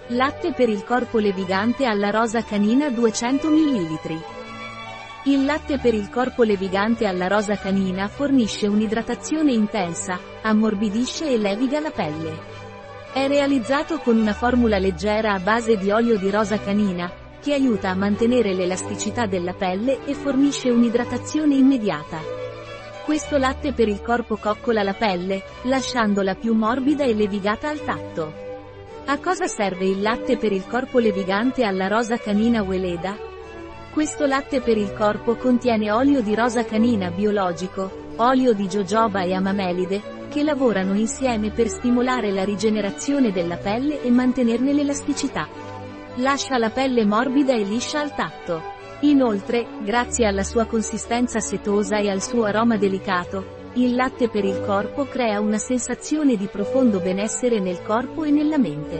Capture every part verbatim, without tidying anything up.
Latte per il corpo levigante alla rosa canina duecento millilitri. Il latte per il corpo levigante alla rosa canina fornisce un'idratazione intensa, ammorbidisce e leviga la pelle. È realizzato con una formula leggera a base di olio di rosa canina, che aiuta a mantenere l'elasticità della pelle e fornisce un'idratazione immediata. Questo latte per il corpo coccola la pelle, lasciandola più morbida e levigata al tatto. A cosa serve il latte per il corpo levigante alla rosa canina Weleda? Questo latte per il corpo contiene olio di rosa canina biologico, olio di jojoba e amamelide, che lavorano insieme per stimolare la rigenerazione della pelle e mantenerne l'elasticità. Lascia la pelle morbida e liscia al tatto. Inoltre, grazie alla sua consistenza setosa e al suo aroma delicato, il latte per il corpo crea una sensazione di profondo benessere nel corpo e nella mente.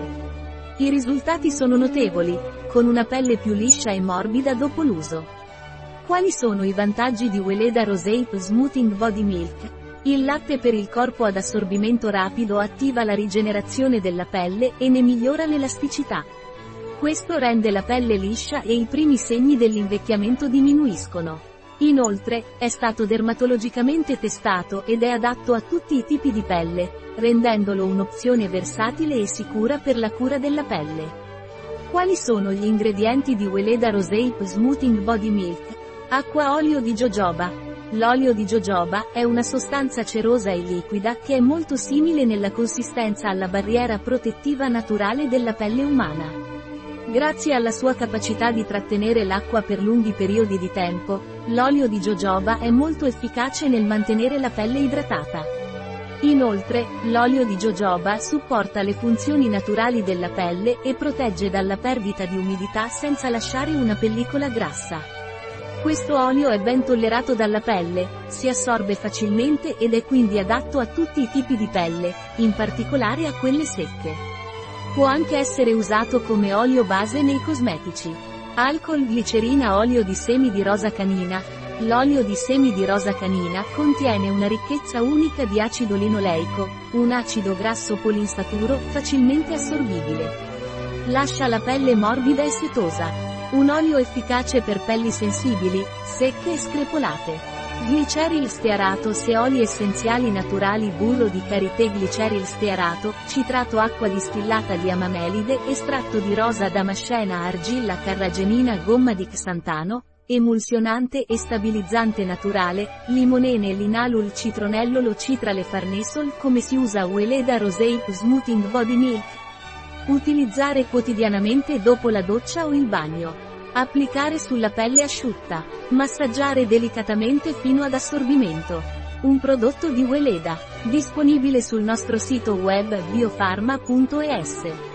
I risultati sono notevoli, con una pelle più liscia e morbida dopo l'uso. Quali sono i vantaggi di Weleda Rosehip Smoothing Body Milk? Il latte per il corpo ad assorbimento rapido attiva la rigenerazione della pelle e ne migliora l'elasticità. Questo rende la pelle liscia e i primi segni dell'invecchiamento diminuiscono. Inoltre, è stato dermatologicamente testato ed è adatto a tutti i tipi di pelle, rendendolo un'opzione versatile e sicura per la cura della pelle. Quali sono gli ingredienti di Weleda Rosehip Smoothing Body Milk? Acqua olio di jojoba. L'olio di jojoba è una sostanza cerosa e liquida che è molto simile nella consistenza alla barriera protettiva naturale della pelle umana. Grazie alla sua capacità di trattenere l'acqua per lunghi periodi di tempo, l'olio di jojoba è molto efficace nel mantenere la pelle idratata. Inoltre, l'olio di jojoba supporta le funzioni naturali della pelle e protegge dalla perdita di umidità senza lasciare una pellicola grassa. Questo olio è ben tollerato dalla pelle, si assorbe facilmente ed è quindi adatto a tutti i tipi di pelle, in particolare a quelle secche. Può anche essere usato come olio base nei cosmetici. Alcol glicerina olio di semi di rosa canina. L'olio di semi di rosa canina contiene una ricchezza unica di acido linoleico, un acido grasso polinsaturo facilmente assorbibile. Lascia la pelle morbida e setosa. Un olio efficace per pelli sensibili, secche e screpolate. Gliceril stearato se oli essenziali naturali burro di karité gliceril stearato, citrato acqua distillata di amamelide estratto di rosa damascena argilla carragenina gomma di xantano, emulsionante e stabilizzante naturale, limonene linalul citronellolo citrale farnesol come si usa Weleda Rosehip Smoothing Body Milk. Utilizzare quotidianamente dopo la doccia o il bagno. Applicare sulla pelle asciutta. Massaggiare delicatamente fino ad assorbimento. Un prodotto di Weleda, disponibile sul nostro sito web biofarma punto es.